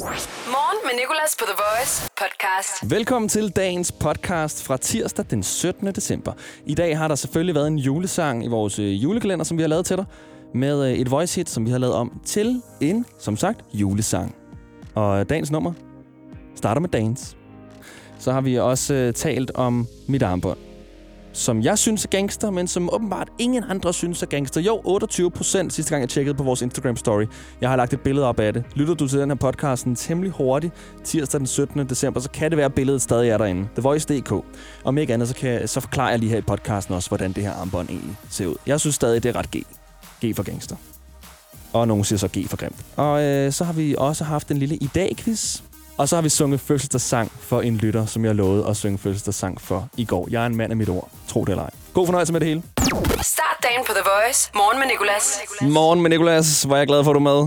Morgen med Nicolas på The Voice podcast. Velkommen til dagens podcast fra tirsdag den 17. december. I dag har der selvfølgelig været en julesang i vores julekalender, som vi har lavet til dig, med et voice hit, som vi har lavet om til en, som sagt, julesang. Og dagens nummer starter med Dance. Så har vi også talt om mit armbånd, som jeg synes er gangster, men som åbenbart ingen andre synes er gangster. Jo, 28% sidste gang jeg tjekkede på vores Instagram-story. Jeg har lagt et billede op af det. Lytter du til den her podcasten temmelig hurtigt tirsdag den 17. december, så kan det være, at billedet stadig er derinde. TheVoice.dk. Om ikke andet, så forklarer jeg lige her i podcasten også, hvordan det her armbånd egentlig ser ud. Jeg synes stadig, det er ret G. G for gangster. Og nogen siger så G for grimt. Og så har vi også haft en lille i dag-quiz. Og så har vi sunget fødselsdagssang for en lytter, som jeg lovede at synge fødselsdagssang for i går. Jeg er en mand af mit ord. Tro det eller ej. God fornøjelse med det hele. Start dagen på The Voice. Morgen med Nicolas. Morgen med Nicolas. Hvor er jeg glad for, at du er med.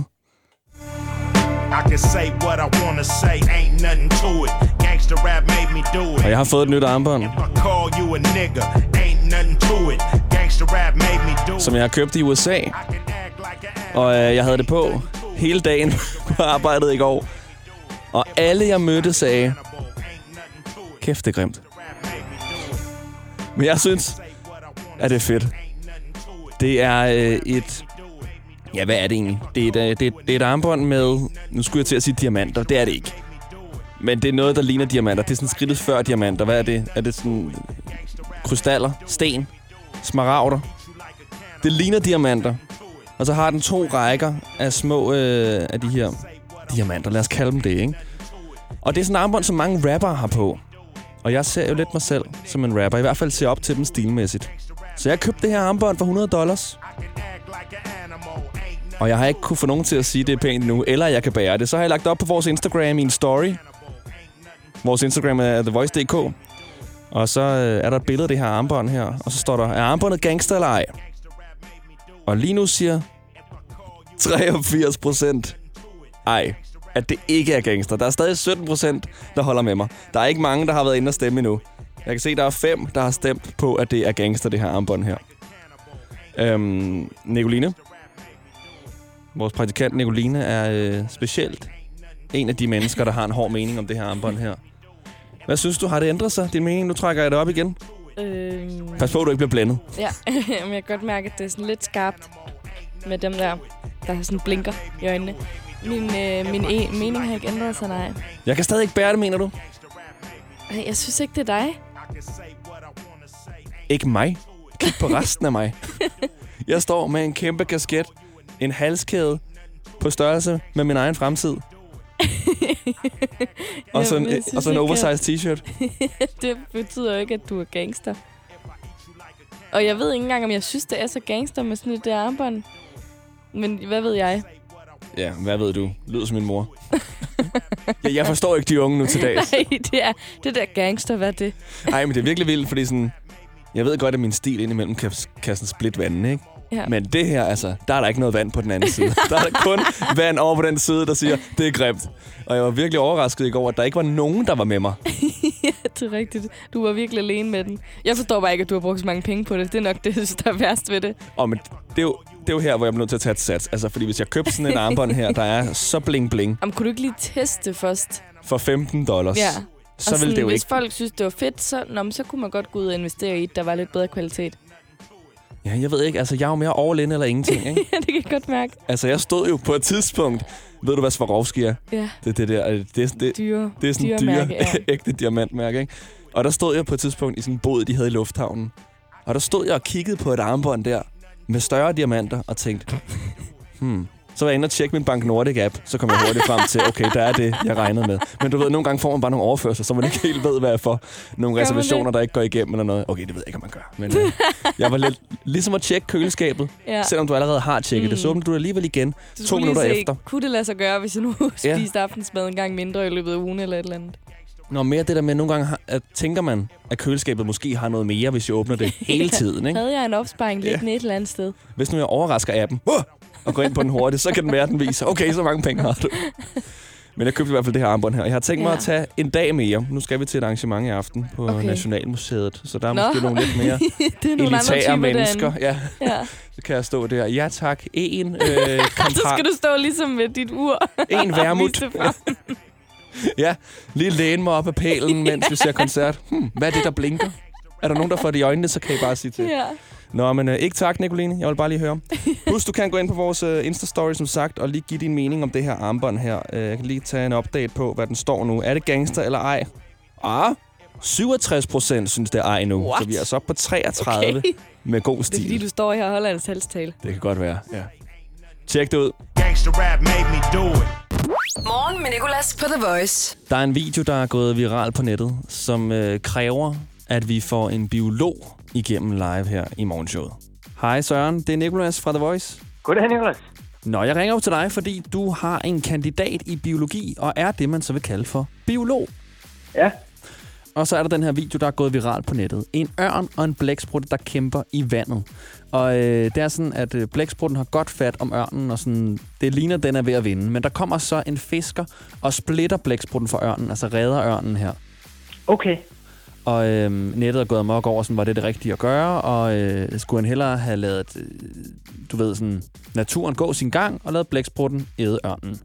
I can say what I wanna say, ain't nothing to it. Gangsta rap made me do it. Og jeg har fået et nyt armbånd, If I call you a nigga, ain't nothing to it. Gangsta rap made me do it. som jeg har købt i USA. I can act like an Og jeg havde det på hele dagen på arbejdet i går. Og alle jeg mødte sagde, kæft det er grimt. Men jeg synes, at det er fedt. Det er et... Ja, hvad er det egentlig? Det er et armbånd med... Nu skulle jeg til at sige diamanter. Det er det ikke. Men det er noget, der ligner diamanter. Det er sådan skridtet før diamanter. Hvad er det? Er det sådan krystaller? Sten? Smaragder? Det ligner diamanter. Og så har den 2 rækker af små af de her diamanter. Lad os kalde dem det, ikke? Og det er sådan en armbånd, som mange rappere har på. Og jeg ser jo lidt mig selv som en rapper. I hvert fald ser op til dem stilmæssigt. Så jeg købte det her armbånd for $100. Og jeg har ikke kunne få nogen til at sige, at det er pænt nu, eller jeg kan bære det. Så har jeg lagt op på vores Instagram i en story. Vores Instagram er TheVoice.dk. Og så er der et billede af det her armbånd her. Og så står der, er armbåndet gangster eller ej? Og lige nu siger 83% ej, at det ikke er gangster. Der er stadig 17%, der holder med mig. Der er ikke mange, der har været inde og stemme endnu. Jeg kan se, der er 5, der har stemt på, at det er gangster, det her armbånd her. Nicoline. Vores praktikant Nicoline er specielt en af de mennesker, der har en hård mening om det her armbånd her. Hvad synes du? Har det ændret sig, din mening? Nu trækker jeg det op igen. Pas på, at du ikke bliver blændet. Ja, men jeg kan godt mærke, at det er sådan lidt skarpt med dem der sådan blinker i øjnene. Min mening har ikke ændret sig, nej. Jeg kan stadig ikke bære det, mener du? Jeg synes ikke, det er dig. Ikke mig. Kig på resten af mig. Jeg står med en kæmpe kasket, en halskæde på størrelse med min egen fremtid. Og så en oversized t-shirt. Det betyder jo ikke, at du er gangster. Og jeg ved ikke engang, om jeg synes, det er så gangster med sådan et der armbånd. Men hvad ved jeg? Ja, hvad ved du? Lyder som min mor. Jeg forstår ikke de unge nu til dags. Nej, det der gangster, hvad er det? Nej, men det er virkelig vildt, fordi sådan... Jeg ved godt, at min stil indimellem kan sådan splitte vandene, ikke? Ja. Men det her, altså, der er der ikke noget vand på den anden side. Der er der kun vand over på den side, der siger, det er grimt. Og jeg var virkelig overrasket i går, at der ikke var nogen, der var med mig. Ja, det er rigtigt. Du var virkelig alene med den. Jeg forstår bare ikke, at du har brugt så mange penge på det. Det er nok det, der er værst ved det. Men det er jo her, hvor jeg bliver nødt til at tage et sats. Altså, fordi hvis jeg købte sådan en armbånd her, der er så bling-bling. Jamen, kunne du ikke lige teste først? For $15. Ja. Så ville det jo hvis ikke... folk synes, det var fedt, så kunne man godt gå ud og investere i et, der var lidt bedre kvalitet. Ja, jeg ved ikke. Altså, jeg er jo mere all in eller ingenting, ikke? Ja, det kan jeg godt mærke. Altså, jeg stod jo på et tidspunkt... Ved du, hvad Swarovski er? Ja. Det er sådan en dyre, ægte diamantmærke, ikke? Og der stod jeg på et tidspunkt i sådan en båd, de havde i lufthavnen. Og der stod jeg og kiggede på et armbånd der med større diamanter og tænkte... Så var jeg inde og tjekke min Bank Nordic-app, så kom jeg hurtigt frem til, okay, der er det, jeg regnede med. Men du ved, nogle gange får man bare nogle overførsler, så man ikke helt ved, hvad jeg får. Nogle reservationer, der ikke går igennem eller noget. Okay, det ved jeg ikke, om man gør. Men jeg var lidt ligesom at tjekke køleskabet, selvom du allerede har tjekket det. Så åbner du alligevel igen 2 minutter efter. Kunne det lade sig gøre, hvis jeg nu spiste aftensmad en gang mindre i løbet af ugen eller et eller andet? Nå, mere det der med, nogle gange tænker man, at køleskabet måske har noget mere, hvis jeg åbner det hele tiden, ikke? Havde jeg en opsparing lidt et eller andet sted? Hvis nu jeg overrasker appen, og går ind på den hurtigt, så kan den være, den viser, okay, så mange penge har du. Men jeg købte i hvert fald det her armbånd her. Jeg har tænkt mig at tage en dag mere. Nu skal vi til et arrangement i aften på Nationalmuseet. Så der er måske nogle lidt mere elitære mennesker. Ja. Så kan jeg stå der. Ja tak, så skal du stå ligesom med dit ur. En vermut. Ja, lige læne mig op af pælen, mens vi ser koncert. Hvad er det, der blinker? Er der nogen, der får det i øjnene, så kan I bare sige til. Ja. Nå, men ikke tak, Nicoline. Jeg vil bare lige høre. Husk, du kan gå ind på vores Insta-story, som sagt, og lige give din mening om det her armbånd her. Jeg kan lige tage en update på, hvad den står nu. Er det gangster eller ej? 67% synes, det er ej nu. What? Så vi er så op på 33 med god stil. Det er fordi, du står her og holder en salgstale. Det kan godt være, ja. Tjek det ud. Gangsta rap made me do it. Morgen med Nicolas på The Voice. Der er en video, der er gået viral på nettet, som kræver, at vi får en biolog igennem live her i morgenshowet. Hej Søren, det er Nicolas fra The Voice. Goddag, Nicolas. Nå, jeg ringer op til dig, fordi du har en kandidat i biologi, og er det, man så vil kalde for biolog. Ja. Og så er der den her video, der er gået viral på nettet. En ørn og en blæksprutte, der kæmper i vandet. Og det er sådan, at blæksprutten har godt fat om ørnen, og sådan, det ligner, den er ved at vinde. Men der kommer så en fisker og splitter blæksprutten fra ørnen, altså redder ørnen her. Okay. Og nettet er gået amok over, sådan, var det rigtige at gøre, og skulle han hellere have ladet, naturen gå sin gang, og ladet blæksprutten æde ørnen.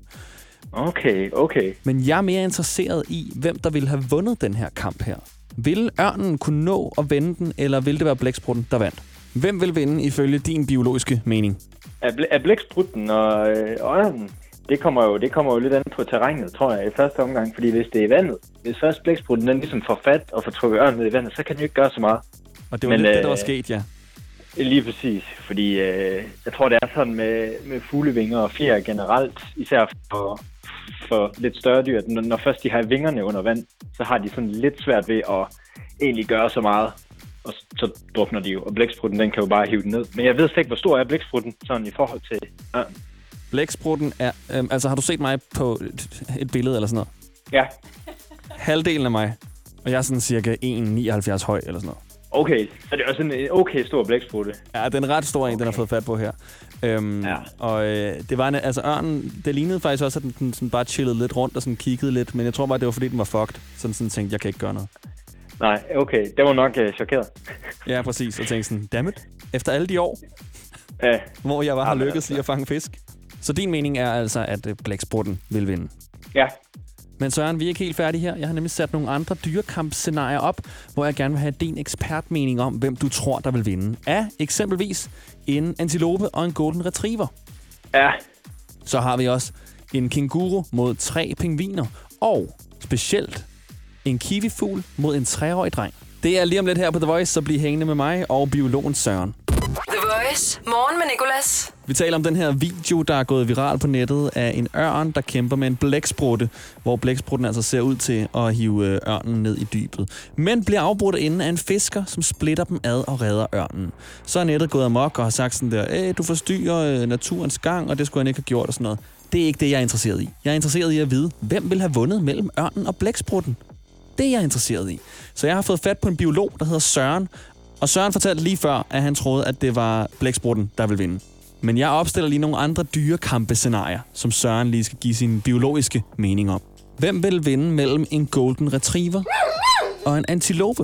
Okay. Men jeg er mere interesseret i, hvem der ville have vundet den her kamp her. Ville ørnen kunne nå at vende den, eller ville det være blæksprutten, der vandt? Hvem vil vinde ifølge din biologiske mening? Er blæksprutten og ørnen, det kommer jo lidt an på terrænet, tror jeg, i første omgang. Fordi hvis det er vandet, hvis først blæksprutten den ligesom får fat og får trukket ørnen ned i vandet, så kan den jo ikke gøre så meget. Og det var lidt det, der var sket, ja. Lige præcis, fordi jeg tror, det er sådan med fuglevinger og fjer generelt, især for lidt større dyr. Når først de har vingerne under vand, så har de sådan lidt svært ved at egentlig gøre så meget. Og så drukner de jo, og blæksprutten, den kan jo bare hive den ned. Men jeg ved slet ikke, hvor stor er blæksprutten sådan i forhold til ørnen. Blæksprutten er... har du set mig på et billede eller sådan noget? Ja. Halvdelen af mig. Og jeg er sådan cirka 1,79 høj eller sådan noget. Okay, så det er også en okay stor blæksprutte. Ja, den er ret stor den har fået fat på her. Og det var ørnen, det lignede faktisk også, at den sådan bare chillede lidt rundt og sådan kiggede lidt. Men jeg tror bare, det var fordi, den var fucked. Sådan tænkte, jeg kan ikke gøre noget. Nej, okay. Det var nok chokeret. Ja, præcis. Og tænkte sådan, dammit, efter alle de år, hvor jeg har lykkedes i at fange fisk. Så din mening er altså, at blæksprutten vil vinde? Ja. Men Søren, vi er ikke helt færdige her. Jeg har nemlig sat nogle andre dyrekampscenarier op, hvor jeg gerne vil have din ekspertmening om, hvem du tror, der vil vinde. Af eksempelvis en antilope og en golden retriever. Ja. Så har vi også en kænguru mod 3 pingviner. Og specielt en kiwifugl mod en 3-årig dreng. Det er lige om lidt her på The Voice, så bliv hængende med mig og biologen Søren. The Voice. Morgen med Nicolas. Vi taler om den her video, der er gået viral på nettet af en ørn, der kæmper med en blæksprutte, hvor blæksprutten altså ser ud til at hive ørnen ned i dybet. Men bliver afbrudt inden af en fisker, som splitter dem ad og redder ørnen. Så er nettet gået amok og har sagt sådan der, du forstyrrer naturens gang, og det skulle han ikke have gjort og sådan noget. Det er ikke det, jeg er interesseret i. Jeg er interesseret i at vide, hvem vil have vundet mellem ørnen og blæksprutten. Det er jeg interesseret i. Så jeg har fået fat på en biolog, der hedder Søren. Og Søren fortalte lige før, at han troede, at det var blæksprutten, der ville vinde. Men jeg opstiller lige nogle andre dyrekampe-scenarier, som Søren lige skal give sin biologiske mening om. Hvem vil vinde mellem en golden retriever og en antilope?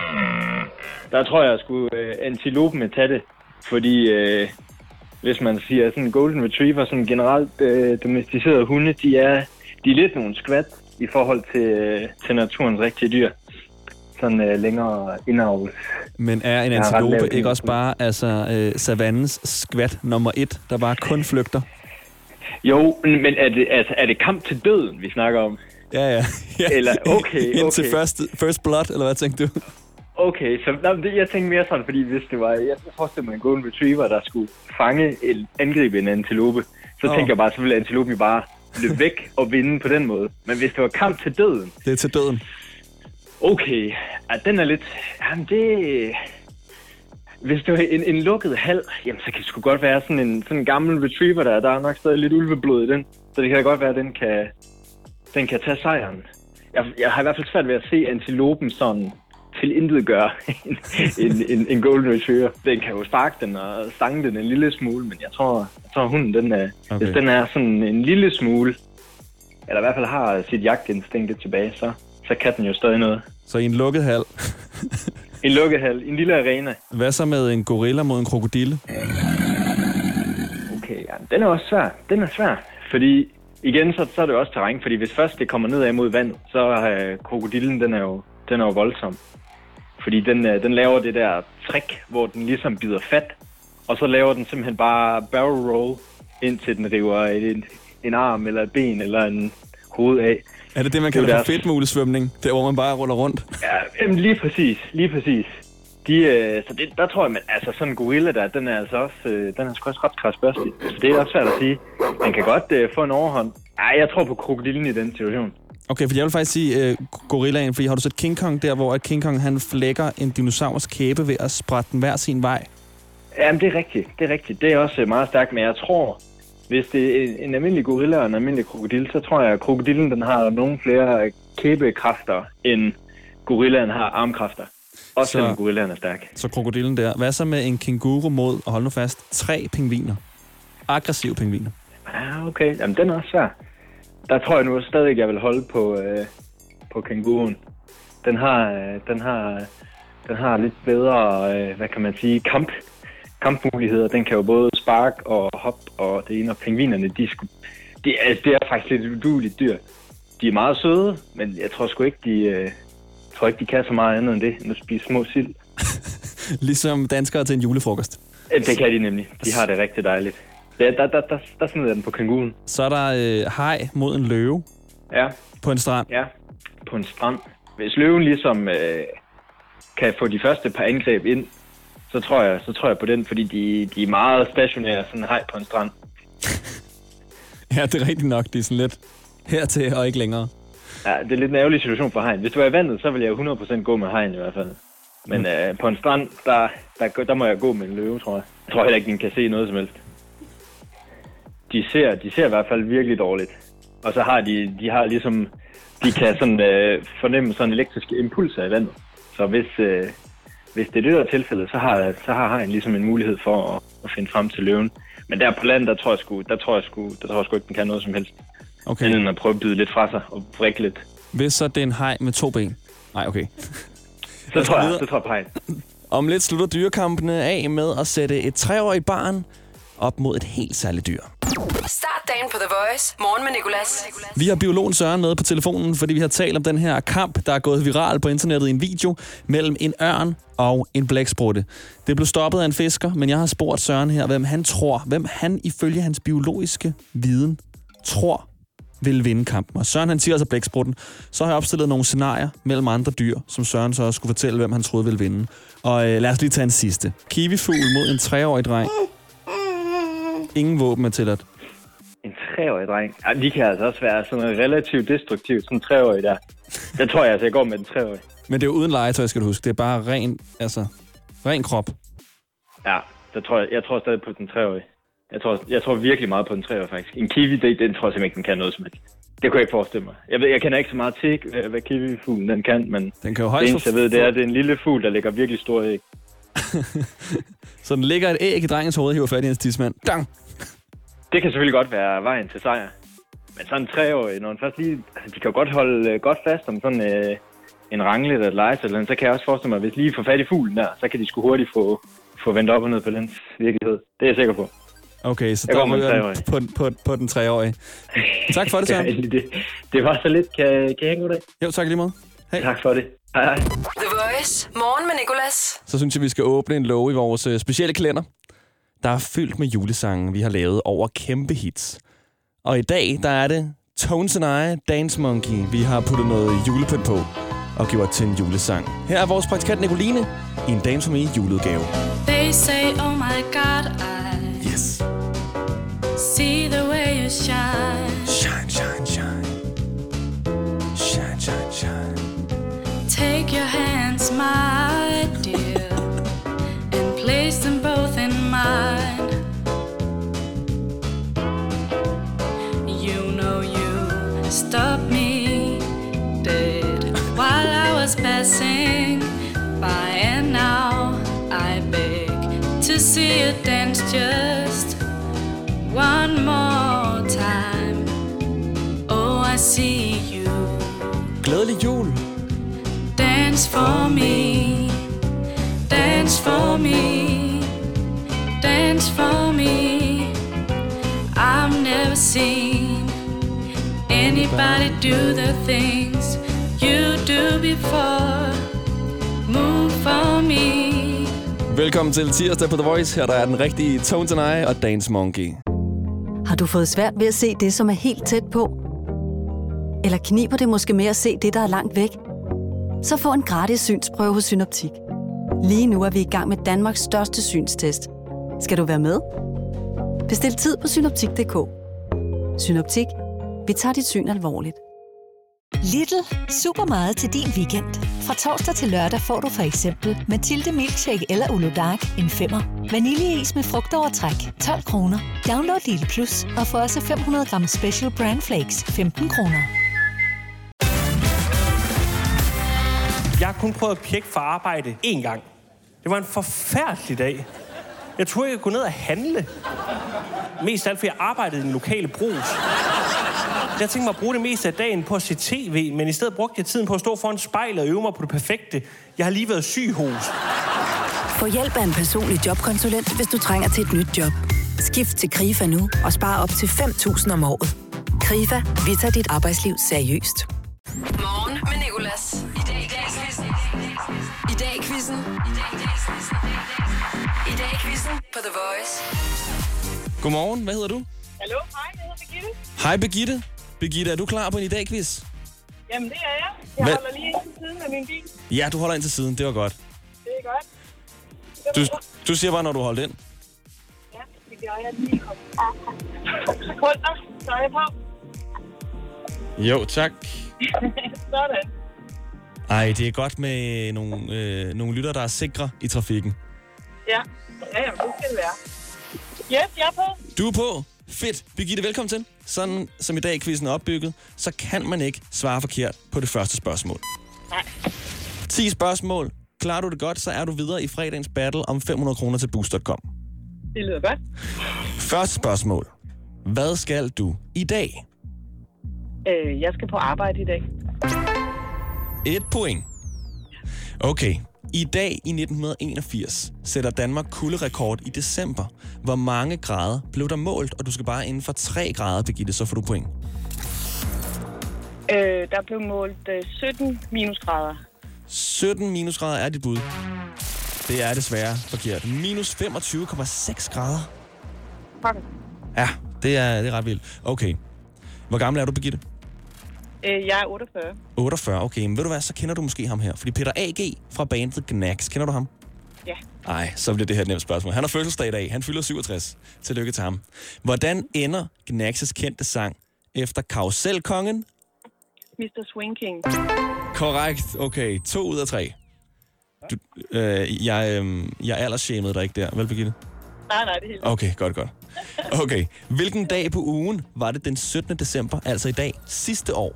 Der tror jeg, at skulle antilopen med tage det. Fordi hvis man siger sådan en golden retriever, sådan generelt domesticerede hunde, de er lidt nogle skvat i forhold til naturens rigtige dyr. Sådan længere indavl. Men er en antilope ikke også bare savannens skvat nummer 1, der bare kun flygter? Jo, men er det kamp til døden, vi snakker om? Ja. Eller, okay. Indtil first blood, eller hvad tænkte du? Okay, så jeg tænkte mere sådan, fordi hvis det var... Jeg forestiller mig en golden retriever, der skulle angribe en antilope. Så tænker jeg bare, så ville antilopen bare løbe væk og vinde på den måde. Men hvis det var kamp til døden... Det er til døden. Okay, den er lidt... Jamen det... Hvis det var en lukket hal, jamen så kan det sgu godt være sådan en gammel retriever, der er nok stadig lidt ulveblod i den. Så det kan da godt være, at den kan tage sejren. Jeg har i hvert fald svært ved at se antilopen sådan tilintetgøre en golden retriever. Den kan jo sparke den og stange den en lille smule, men jeg tror hunden, hvis den er sådan en lille smule eller i hvert fald har sit jagtinstinkt lidt tilbage, så kan den jo stadig noget. Så i en lukket hal. En lukket hal, en lille arena. Hvad så med en gorilla mod en krokodille? Okay, ja, den er også svær. Den er svær, fordi igen, så er det jo også terræn, fordi hvis først det kommer nedad mod vandet, så krokodillen, den er jo voldsom. Fordi den laver det der trick, hvor den ligesom bider fat, og så laver den simpelthen bare barrel roll, indtil den river en arm eller et ben eller en hoved af. Er det man kalder for fedtmulesvømning? Der hvor man bare ruller rundt? Ja, lige præcis. Så der tror jeg, altså sådan en gorilla der, den er altså også, den er sgu også ret krasbørstig. Så det er også svært at sige. Man kan godt få en overhånd. Ej, jeg tror på krokodillen i den situation. Okay, for jeg vil faktisk sige gorillaen, fordi har du set King Kong der, hvor King Kong han flækker en dinosaurs kæbe ved at sprætte den hver sin vej? Jamen, det er rigtigt. Det er også meget stærkt, men jeg tror, hvis det er en almindelig gorilla og en almindelig krokodille, så tror jeg, at krokodillen den har nogle flere kæbekræfter, end gorillaen har armkræfter. Også selvom gorillaen er stærk. Så krokodillen der. Hvad så med en kænguru mod, og hold nu fast, 3 pingviner? Aggressive pingviner. Ja, okay. Jamen, den er også svær. Der tror jeg nu stadig, jeg vil holde på kænguruen. Den har lidt bedre, hvad kan man sige, kampmuligheder. Den kan jo både sparke og hoppe, og det ene, og pingvinerne, det er faktisk lidt udueligt dyr. De er meget søde, men jeg tror sgu ikke, de kan så meget andet end det, end at spise små sild. Ligesom danskere til en julefrokost. Det kan de nemlig. De har det rigtig dejligt. Der smider den på kænguruen. Så er der haj mod en løve. Ja. På en strand. Ja, på en strand. Hvis løven ligesom kan få de første par angreb ind, så tror jeg på den, fordi de er meget stationære, sådan en haj på en strand. Ja, det er rigtigt nok. Det er sådan lidt hertil og ikke længere. Ja, det er lidt en ærgerlig situation for hajen. Hvis du var i vandet, så ville jeg 100% gå med hajen i hvert fald. Men på en strand, der må jeg gå med en løve, tror jeg. Jeg tror heller ikke, den kan se noget som helst. De ser i hvert fald virkelig dårligt. Og så har de har ligesom, de kan sådan fornemme sådan elektriske impulser i vandet. Så hvis det er det, der er tilfældet, så har hajen ligesom en mulighed for at finde frem til løven. Men der på land, der tror jeg sgu ikke, den kan noget som helst. Okay. Inden at prøve at byde lidt fra sig og vrikke lidt. Hvis så det er en haj med 2 ben? Nej, okay. Så tror jeg på hajen. Om lidt slutter dyrekampene af med at sætte et 3-årigt barn op mod et helt særligt dyr. Start dagen på The Voice. Morgen med Nicolas. Vi har biologen Søren med på telefonen, fordi vi har talt om den her kamp, der er gået viral på internettet i en video mellem en ørn og en blæksprutte. Det blev stoppet af en fisker, men jeg har spurgt Søren her, hvem han ifølge hans biologiske viden tror vil vinde kampen. Og Søren han siger altså blæksprutten. Så har jeg opstillet nogle scenarier mellem andre dyr, som Søren så skulle fortælle, hvem han troede ville vinde. Og lad os lige tage en sidste. Kiwifugl mod en 3-årig dreng. Ingen våben er tilladt. En 3-årig dreng? Ja, de kan altså også være sådan relativt destruktivt, sådan en 3-årig der. Der tror jeg altså, jeg går med den 3-årige. Men det er jo uden legetøj, skal du huske. Det er bare ren krop. Ja, jeg tror stadig på den 3-årige. Jeg tror virkelig meget på den 3-årige, faktisk. En kiwi, den tror jeg simpelthen ikke, den kan noget som helst. Det kunne jeg ikke forestille mig. Jeg kender ikke så meget til, hvad kiwifuglen den kan, men den kan jo det eneste, jeg ved, det er en lille fugl, der lægger virkelig store æg. Så den lægger et æg i drengens hoved og hiver fat i hans tidsmand. Dang! Det kan selvfølgelig godt være vejen til sejr. Men sådan en 3-årig, når den først lige... Altså, de kan jo godt holde godt fast om sådan en rangle eller et legetøj, så kan jeg også forestille mig, at hvis lige får fat i fuglen der, så kan de sgu hurtigt få vendt op og ned på dens virkelighed. Det er jeg sikker på. Okay, så der ryger på den 3-årige. Tak for det, Søren. Det var så lidt. Kan jeg have en god dag? Jo, tak lige måde. Hej. Tak for det. Hej. The Voice. Morgen med Nicolas. Så synes jeg, vi skal åbne en låge i vores specielle kalender, der er fyldt med julesange, vi har lavet over kæmpe hits. Og i dag, der er det Tones and I, Dance Monkey. Vi har puttet noget julepynt på og gjort til en julesang. Her er vores praktikant Nicoline i en Dance for Me juleudgave. They say, oh my God, Yes. see the way you shine. Shine, shine, shine. Shine, shine, shine. Take your hands, my dear, and place them both in mine. You know you stopped me dead while I was passing by, and now I beg to see you dance just one more time. Oh, I see you. Glædelig jul. Dance for me, dance for me, dance for me. I've never seen anybody do the things you do before. Move for me. Velkommen til tirsdag på The Voice. Her der er den rigtige Tones and I og Dance Monkey. Har du fået svært ved at se det, som er helt tæt på? Eller kniber det måske med at se det, der er langt væk? Så få en gratis synsprøve hos Synoptik. Lige nu er vi i gang med Danmarks største synstest. Skal du være med? Bestil tid på synoptik.dk. Synoptik. Vi tager dit syn alvorligt. Lidl. Super meget til din weekend. Fra torsdag til lørdag får du for eksempel Mathilde Milkshake eller Ulo Dark en 5'er. Vaniljeis med frugtovertræk 12 kroner. Download Lidl Plus og få også 500 gram Special Brand Flakes 15 kroner. Jeg har kun prøvet at pjekke for arbejde én gang. Det var en forfærdelig dag. Jeg troede, jeg kunne gå ned og handle. Mest alt, fordi jeg arbejdede i den lokale brus. Jeg tænkte mig at bruge det meste af dagen på at se tv, men i stedet brugte jeg tiden på at stå foran spejlet og øve mig på det perfekte. Jeg har lige været syg hos. Få hjælp af en personlig jobkonsulent, hvis du trænger til et nyt job. Skift til KRIFA nu og spar op til 5.000 om året. KRIFA, vi tager dit arbejdsliv seriøst. Morgen med Nicolas. I dag i quizzen. I dag i quizzen. I dag i quizzen på The Voice. Godmorgen, hvad hedder du? Hallo, hej, jeg hedder Birgitte. Hej Birgitte. Birgitte, er du klar på en i dag quiz? Jamen, det er jeg. Jeg holder lige ind til siden af min bil. Ja, du holder ind til siden, det var godt. Det er godt. Du siger bare, når du holder ind. Ja, det gør jeg lige. Sekunder, så er jeg på. Jo, tak. Sådan. Ej, det er godt med nogle lytter, der er sikre i trafikken. Ja, jamen, det skal det være. Yes, jeg er på. Du er på. Fedt. Birgitte, velkommen til. Sådan som i dag quizzen er opbygget, så kan man ikke svare forkert på det første spørgsmål. Nej. 10 spørgsmål. Klarer du det godt, så er du videre i fredagens battle om 500 kroner til Boost.com. Det lyder godt. Første spørgsmål. Hvad skal du i dag? Jeg skal på arbejde i dag. 1 point. Okay. I dag i 1981 sætter Danmark kulderekord i december. Hvor mange grader blev der målt? Og du skal bare inden for 3 grader, Birgitte, så får du point. Der blev målt 17 minusgrader. 17 minusgrader er dit bud. Det er desværre forkert. Minus 25,6 grader. Okay. Ja, det er ret vildt. Okay. Hvor gammel er du, Birgitte? Jeg er 48. 48, okay. Men ved du hvad, så kender du måske ham her. Fordi Peter A.G. fra bandet Gnags, kender du ham? Ja. Ej, så bliver det her et nemt spørgsmål. Han har fødselsdag i dag. Han fylder 67. Tillykke til ham. Hvordan ender Gnags' kendte sang efter Karuselkongen? Mr. Swing King. Korrekt. Okay, 2 ud af 3. Jeg aldersshamede dig ikke der, vel, Birgitte? Nej, det er helt okay, godt. Okay, hvilken dag på ugen var det den 17. december, altså i dag, sidste år?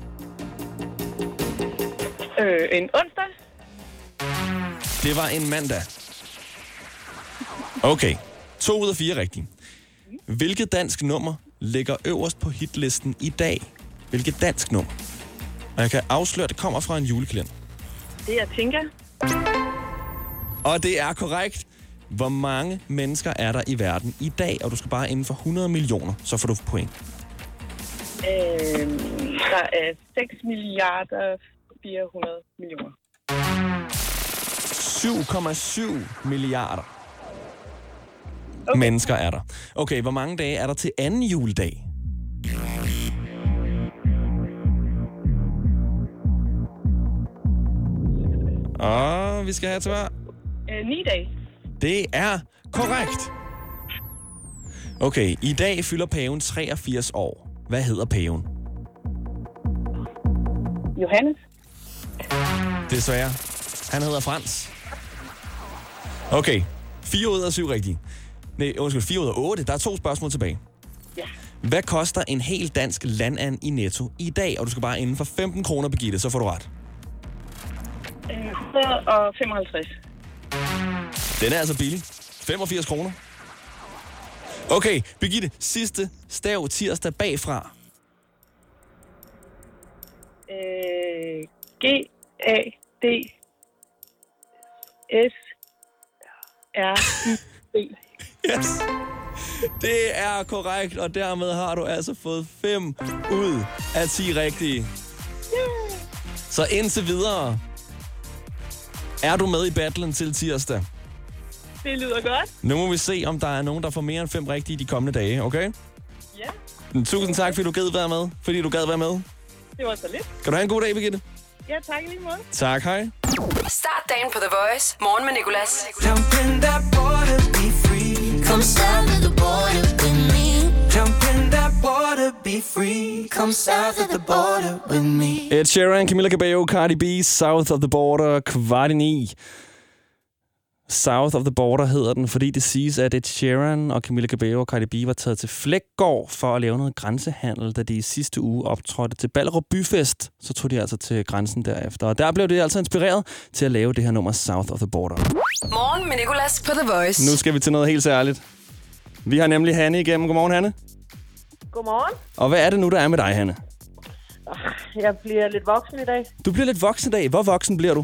En onsdag. Det var en mandag. Okay, 2 ud af 4 rigtigt. Hvilket dansk nummer ligger øverst på hitlisten i dag? Hvilket dansk nummer? Og jeg kan afsløre, at det kommer fra en julekalender. Det er Tinka. Og det er korrekt. Hvor mange mennesker er der i verden i dag? Og du skal bare inden for 100 millioner, så får du point. Der er 6 milliarder 400 millioner. 7,7 milliarder mennesker er der. Okay, hvor mange dage er der til anden juledag? Og vi skal have til hver. 9 dage. Det er korrekt. Okay, i dag fylder paven 83 år. Hvad hedder paven? Johannes. Desværre. Han hedder Frans. Okay, 4 ud af 7 rigtigt. Nej, undskyld, 4 ud af 8. Der er 2 spørgsmål tilbage. Ja. Hvad koster en helt dansk landand i Netto i dag? Og du skal bare inden for 15 kroner, Birgitte, så får du ret. 155. Den er altså billig. 85 kroner. Okay, Birgitte, sidste stav tirsdag bagfra. G-A-D-S-R-I-B. Yes. Det er korrekt, og dermed har du altså fået 5 ud af 10 rigtige. Så indtil videre er du med i battlen til tirsdag. Det lyder godt. Nu må vi se, om der er nogen, der får mere end 5 rigtige de kommende dage, okay? Ja. Tusind tak, fordi du gad være med. Det var så lidt. Kan du have en god dag, Birgitte? Ja, tak i lige måde. Tak, hej. Start dagen på The Voice. Morgen med Nicolas. Jump in that water, be free. Come south of the border with me. Jump in that water, be free. Come south of the border with me. Ed Sheeran, Camila Cabello, Cardi B, South of the Border, 8:15. South of the Border hedder den, fordi det siges, at Ed Sheeran og Camila Cabello og Cardi B var taget til Flækgaard for at lave noget grænsehandel, da de i sidste uge optrådte til Ballerup Byfest. Så tog de altså til grænsen derefter. Og der blev de altså inspireret til at lave det her nummer South of the Border. Morgen med Nicolas på The Voice. Nu skal vi til noget helt særligt. Vi har nemlig Hanne igennem. Godmorgen, Hanne. Godmorgen. Og hvad er det nu, der er med dig, Hanne? Jeg bliver lidt voksen i dag. Du bliver lidt voksen i dag. Hvor voksen bliver du?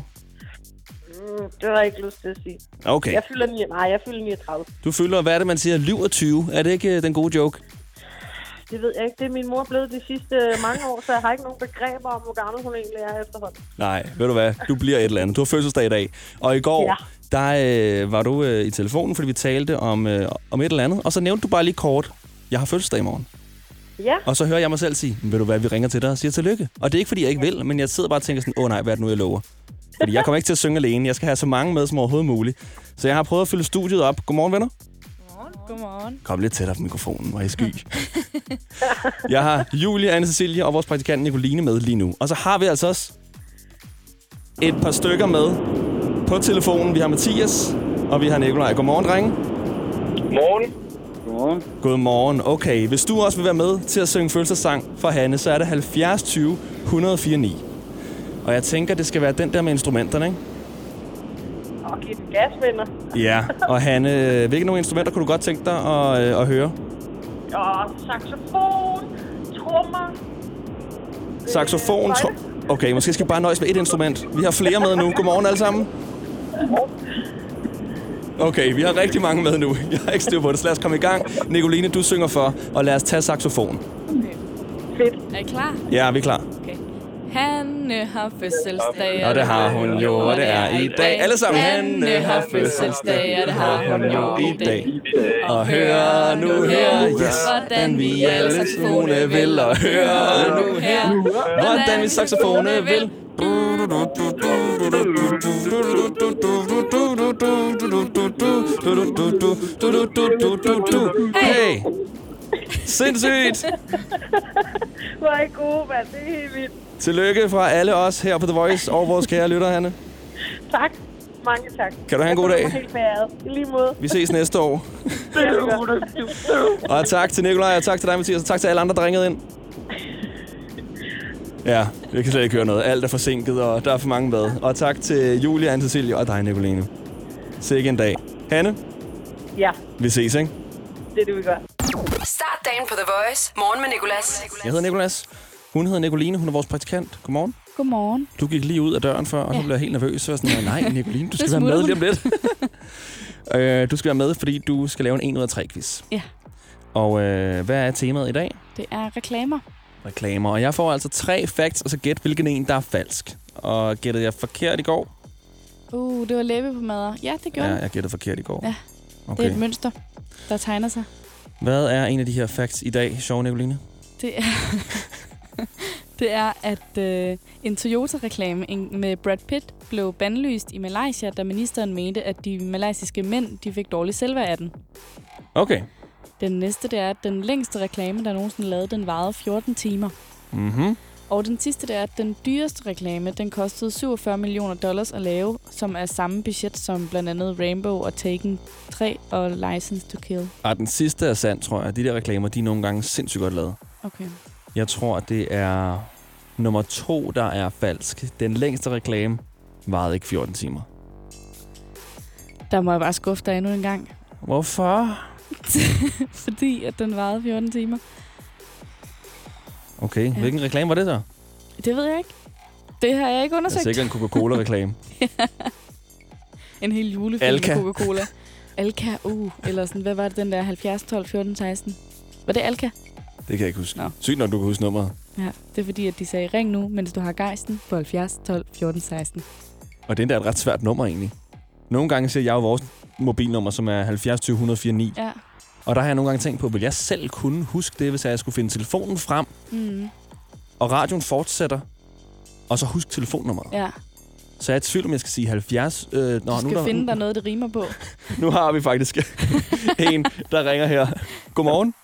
Det har jeg ikke lyst til at sige. Okay. Jeg fylder 39. Du fylder, hvad er det, man siger? Liv 20. Er det ikke den gode joke? Det ved jeg ikke. Det er min mor blevet de sidste mange år, så jeg har ikke nogen begreber om, hvor gammel hun egentlig er efterhånden. Nej, ved du hvad? Du bliver et eller andet. Du har fødselsdag i dag. Og i går, der var du i telefonen, fordi vi talte om et eller andet. Og så nævnte du bare lige kort, jeg har fødselsdag i morgen. Ja. Og så hører jeg mig selv sige, ved du hvad, vi ringer til dig og siger tillykke. Og det er ikke, fordi jeg ikke vil, men jeg sidder bare og tænker sådan, nej, hvad er det nu, jeg lover? Fordi jeg kommer ikke til at synge alene. Jeg skal have så mange med som overhovedet muligt. Så jeg har prøvet at fylde studiet op. Godmorgen, venner. Godmorgen. Kom lidt tættere på mikrofonen, hvor jeg sky. Jeg har Julie, Anne-Cecilie og vores praktikant Nicoline med lige nu. Og så har vi altså også et par stykker med på telefonen. Vi har Mathias, og vi har Nikolaj. Godmorgen, drenge. Godmorgen. Godmorgen. Godmorgen. Okay, hvis du også vil være med til at synge fødselsdagssang for Hanne, så er det 70 20 104 9. Og jeg tænker, det skal være den der med instrumenterne, ikke? Og giv den gas, venner. Ja, og Hanne, hvilke nogle instrumenter kunne du godt tænke dig at høre? Saxofon, trommer. Saxofon, okay, måske skal jeg bare nøjes med et instrument. Vi har flere med nu. Godmorgen alle sammen. Okay, vi har rigtig mange med nu. Jeg har ikke styr på det, så lad os komme i gang. Nicoline, du synger for, og lad os tage saxofon. Okay. Fedt. Er I klar? Ja, vi er klar. Okay. Hanne har fødselsdag, og det har hun jo, og det er i dag. Alle sammen. Hanne har fødselsdag, og det har hun jo i dag. Og hør nu her, yes, hvordan vi alle saxofone vil. Og hør nu her, hvordan vi saxofone vil. Hey! Sindssygt! Hvor er I gode, mand. Det er helt vildt. Tillykke fra alle os her på The Voice og vores kære lytter, Hanne. Tak. Mange tak. Kan du have en god dag? Helt bæret. I lige måde. Vi ses næste år. Og tak til Nikolaj, og tak til dig, Mathias, og tak til alle andre, der ringede ind. Ja, jeg kan slet ikke høre noget. Alt er forsinket, og der er for mange med. Og tak til Julia, Anne-Cecilie og dig, Nicoline. Sikke en dag. Hanne? Ja. Vi ses, ikke? Det er det, vi gør. Start dagen på The Voice. Morgen med Nicolas. Jeg hedder Nicolas. Hun hedder Nicoline. Hun er vores praktikant. Godmorgen. Godmorgen. Du gik lige ud af døren før, og nu bliver jeg helt nervøs. Så var jeg sådan, nej, Nicoline, du skal være med lige om lidt. Du skal være med, fordi du skal lave en 1 ud af 3 quiz. Ja. Og hvad er temaet i dag? Det er reklamer. Reklamer. Og jeg får altså 3 facts, og så gæt, hvilken en, der er falsk. Og gættede jeg forkert i går? Det var læbepomader. Ja, det gjorde jeg gættede forkert i går. Ja, okay. Det er et mønster, der tegner sig. Hvad er en af de her facts i dag, sjov Nicoline? Det er, at en Toyota-reklame med Brad Pitt blev bandlyst i Malaysia, da ministeren mente, at de malaysiske mænd de fik dårlig selvværd af den. Okay. Den næste, det er, at den længste reklame, der nogensinde lavede, den varede 14 timer. Mhm. Og den sidste, det er, at den dyreste reklame, den kostede $47 millioner at lave, som er samme budget som blandt andet Rainbow og Taken 3 og License to Kill. Den sidste er sand, tror jeg. De der reklamer, de er nogle gange sindssygt godt lavet. Okay. Jeg tror, det er nummer 2, der er falsk. Den længste reklame varede ikke 14 timer. Der må jeg bare skuffe dig endnu en gang. Hvorfor? Fordi at den varede 14 timer. Okay, hvilken reklame var det så? Det ved jeg ikke. Det har jeg ikke Det er undersøgt. sikkert en Coca-Cola-reklame. En hel julefilm Alka. med Coca-Cola. Alka, eller sådan, hvad var det, den der 70, 12, 14, 16? Var det Alka? Det kan jeg ikke huske. Nå. Sygt nok, du kan huske nummeret. Ja, det er fordi, at de sagde, ring nu, mens du har gejsten på 70, 12, 14, 16. Og det er endda et ret svært nummer, egentlig. Nogle gange siger jeg jo vores mobilnummer, som er 70 20 104 9. Ja. Og der har jeg nogle gange tænkt på, vil jeg selv kunne huske det, hvis jeg skulle finde telefonen frem, og radioen fortsætter, og så huske telefonnummeret. Ja. Så jeg er i tvivl, om jeg skal sige 70. Du skal finde der noget, det rimer på. Nu har vi faktisk en, der ringer her. Godmorgen.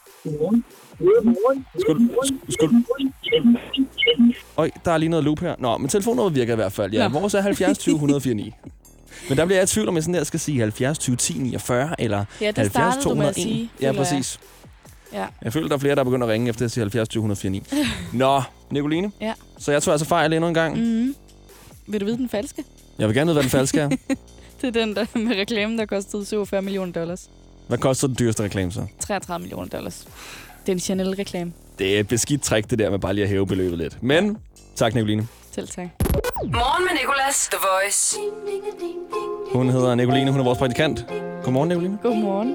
Øj, der er lige noget loop her. Nå, men telefonnummeret virker i hvert fald. Ja, vores er 70 20 104 9. Men der bliver jeg i tvivl, om jeg sådan der skal sige 70 20 10 49, eller Ja, det 70 startede 201. du med at sige. Ja, præcis. Ja. Jeg føler, der er flere, der begynder at ringe efter at sige 70 20 104 9. Nå, Nicoline. Ja. Så jeg tog altså fejl endnu en gang. Vil du vide den falske? Jeg vil gerne vide, hvad den falske er. Det er den der med reklamen, der kostede $47 millioner. Hvad koster den dyreste reklame så? $33 millioner. Det er en Chanel-reklame. Det er et beskidt trick, det der med bare lige at hæve beløbet lidt. Men, tak Nicoline. Selv tak. Morgen med Nicolas, The Voice. Hun hedder Nicoline, hun er vores praktikant. Godmorgen, Nicoline. Godmorgen.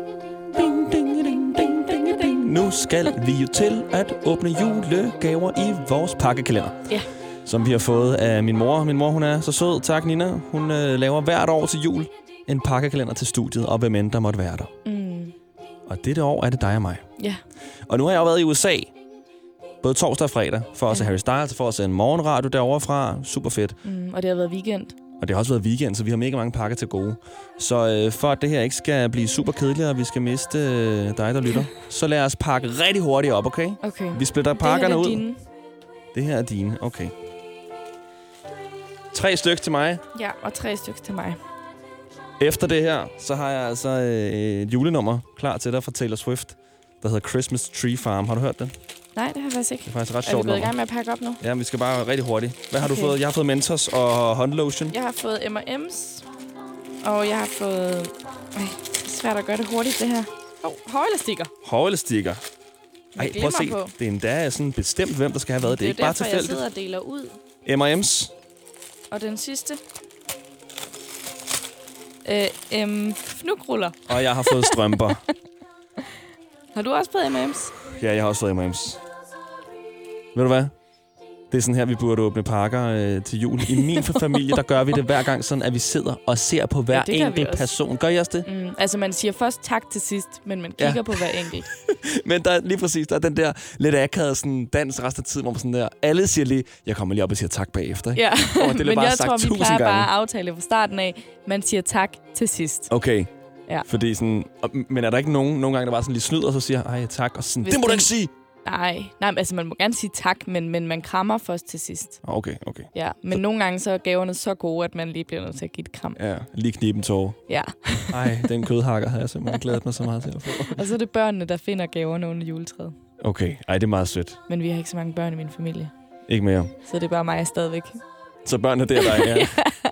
Nu skal vi jo til at åbne julegaver i vores pakkekalender. Ja. Som vi har fået af min mor. Min mor, hun er så sød. Tak, Nina. Hun laver hvert år til jul en pakkekalender til studiet, og hvem end der måtte være der. Og dette år er det dig og mig. Ja. Og nu har jeg jo været i USA, både torsdag og fredag, for at se Harry Styles, for at se en morgenradio derovre fra. Super fedt. Og det har været weekend. Og det har også været weekend, så vi har mega mange pakker til gode. Så for at det her ikke skal blive super kedeligt, og vi skal miste dig, der lytter, så lad os pakke rigtig hurtigt op, okay? Okay. Vi splitter pakkerne ud. Dine. Det her er dine, okay. 3 stykker til mig. Ja, og 3 stykker til mig. Efter det her, så har jeg altså et julenummer klar til dig fra Taylor Swift, der hedder Christmas Tree Farm. Har du hørt det? Nej, det har jeg faktisk ikke. Det er faktisk ret sjovt. sjovt Er vi gået i nummer. gang med at pakke op nu? Ja, vi skal bare rigtig hurtigt. Hvad har du Okay. fået? Jeg har fået Mentos og håndlotion. Jeg har fået M&M's, og jeg har fået... det er svært at gøre det hurtigt, det her. Hårelastikker. Hårelastikker. Ej, prøv at se. På. Det er endda sådan bestemt, hvem der skal have været. Det er ikke bare derfor, tilfældigt. jeg sidder og deler ud. M&M's. Og den sidste... fnugruller. Og jeg har fået strømper. Har du også fået M&M's? Ja, jeg har også fået M&M's. Ved du hvad? Det er sådan her, vi burde åbne pakker til jul. I min familie, der gør vi det hver gang sådan, at vi sidder og ser på hver enkelt person. Gør I også det? Altså, man siger først tak til sidst, men man kigger på hver enkelt. Men der er lige præcis, der er den der lidt akavede sådan, dans resten af tiden, hvor man sådan der, alle siger lige, jeg kommer lige op og siger tak bagefter. Ikke? Ja, det men bare jeg sagt tror, vi 1000 plejer gange. bare at aftale fra starten af, man siger tak til sidst. Okay. Ja. Fordi sådan, men er der ikke nogle gange, der bare sådan lige snyder, og så siger, ej tak, og sådan, Hvis det må du den- ikke sige! Nej, altså man må gerne sige tak, men man krammer først til sidst. Okay. Ja, men nogle gange så er gaverne så gode, at man lige bliver nødt til at give et kram. Ja, lige knibe en tåre. Ja. Ej, den kødhakker har jeg simpelthen glædet mig så meget til at få. Og så er det børnene, der finder gaverne under juletræet. Okay, ej, det er meget sødt. Men vi har ikke så mange børn i min familie, Ikke mere. så det er bare mig stadigvæk. Så børnene der er, ja.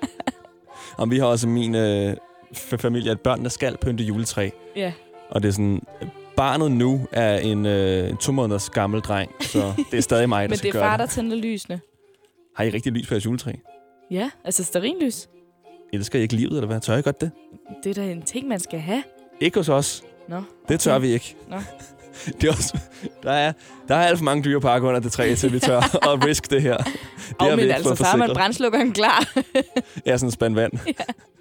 Og vi har også min familie, at børnene skal pynte juletræ. Ja. Og det er sådan, barnet nu er en 2 måneders gammel dreng, så det er stadig mig, der Men skal det er gøre far, der det. tænder lysene. Har I rigtig lys på jeres juletræ? Ja, altså stearinlys. Elsker I ikke livet, eller hvad? Tør I godt det? Det er da en ting, man skal have. Ikke hos os. Nå. Det tør vi ikke. Nå. Det er også, der er alt for mange dyre pakker under det træ, til vi tør at risk det her. Det har vi Men ikke altså, fået så har man forsikret. brandslukkeren klar. Ja, sådan en spand vand. Ja.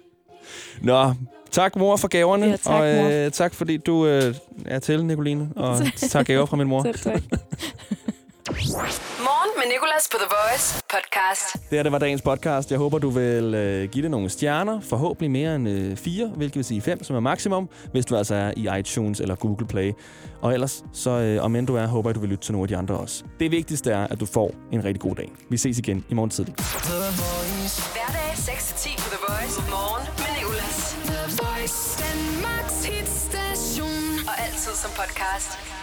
Nå, tak mor for gaverne. Ja, tak, mor. Og tak fordi du er til, Nicoline. Og tak gaver fra min mor. Selv tak. Morgen med Nicolas på The Voice podcast. Det var dagens podcast. Jeg håber, du vil give det nogle stjerner. Forhåbentlig mere end 4, hvilket vil sige 5, som er maksimum, hvis du altså er i iTunes eller Google Play. Og ellers, så om end du er, håber jeg, du vil lytte til nogle af de andre også. Det vigtigste er, at du får en rigtig god dag. Vi ses igen i morgen tidlig. Hverdag 6-10 på The Voice. Morgen med Nicolas. The Voice. Danmarks hitstation. Og altid som podcast.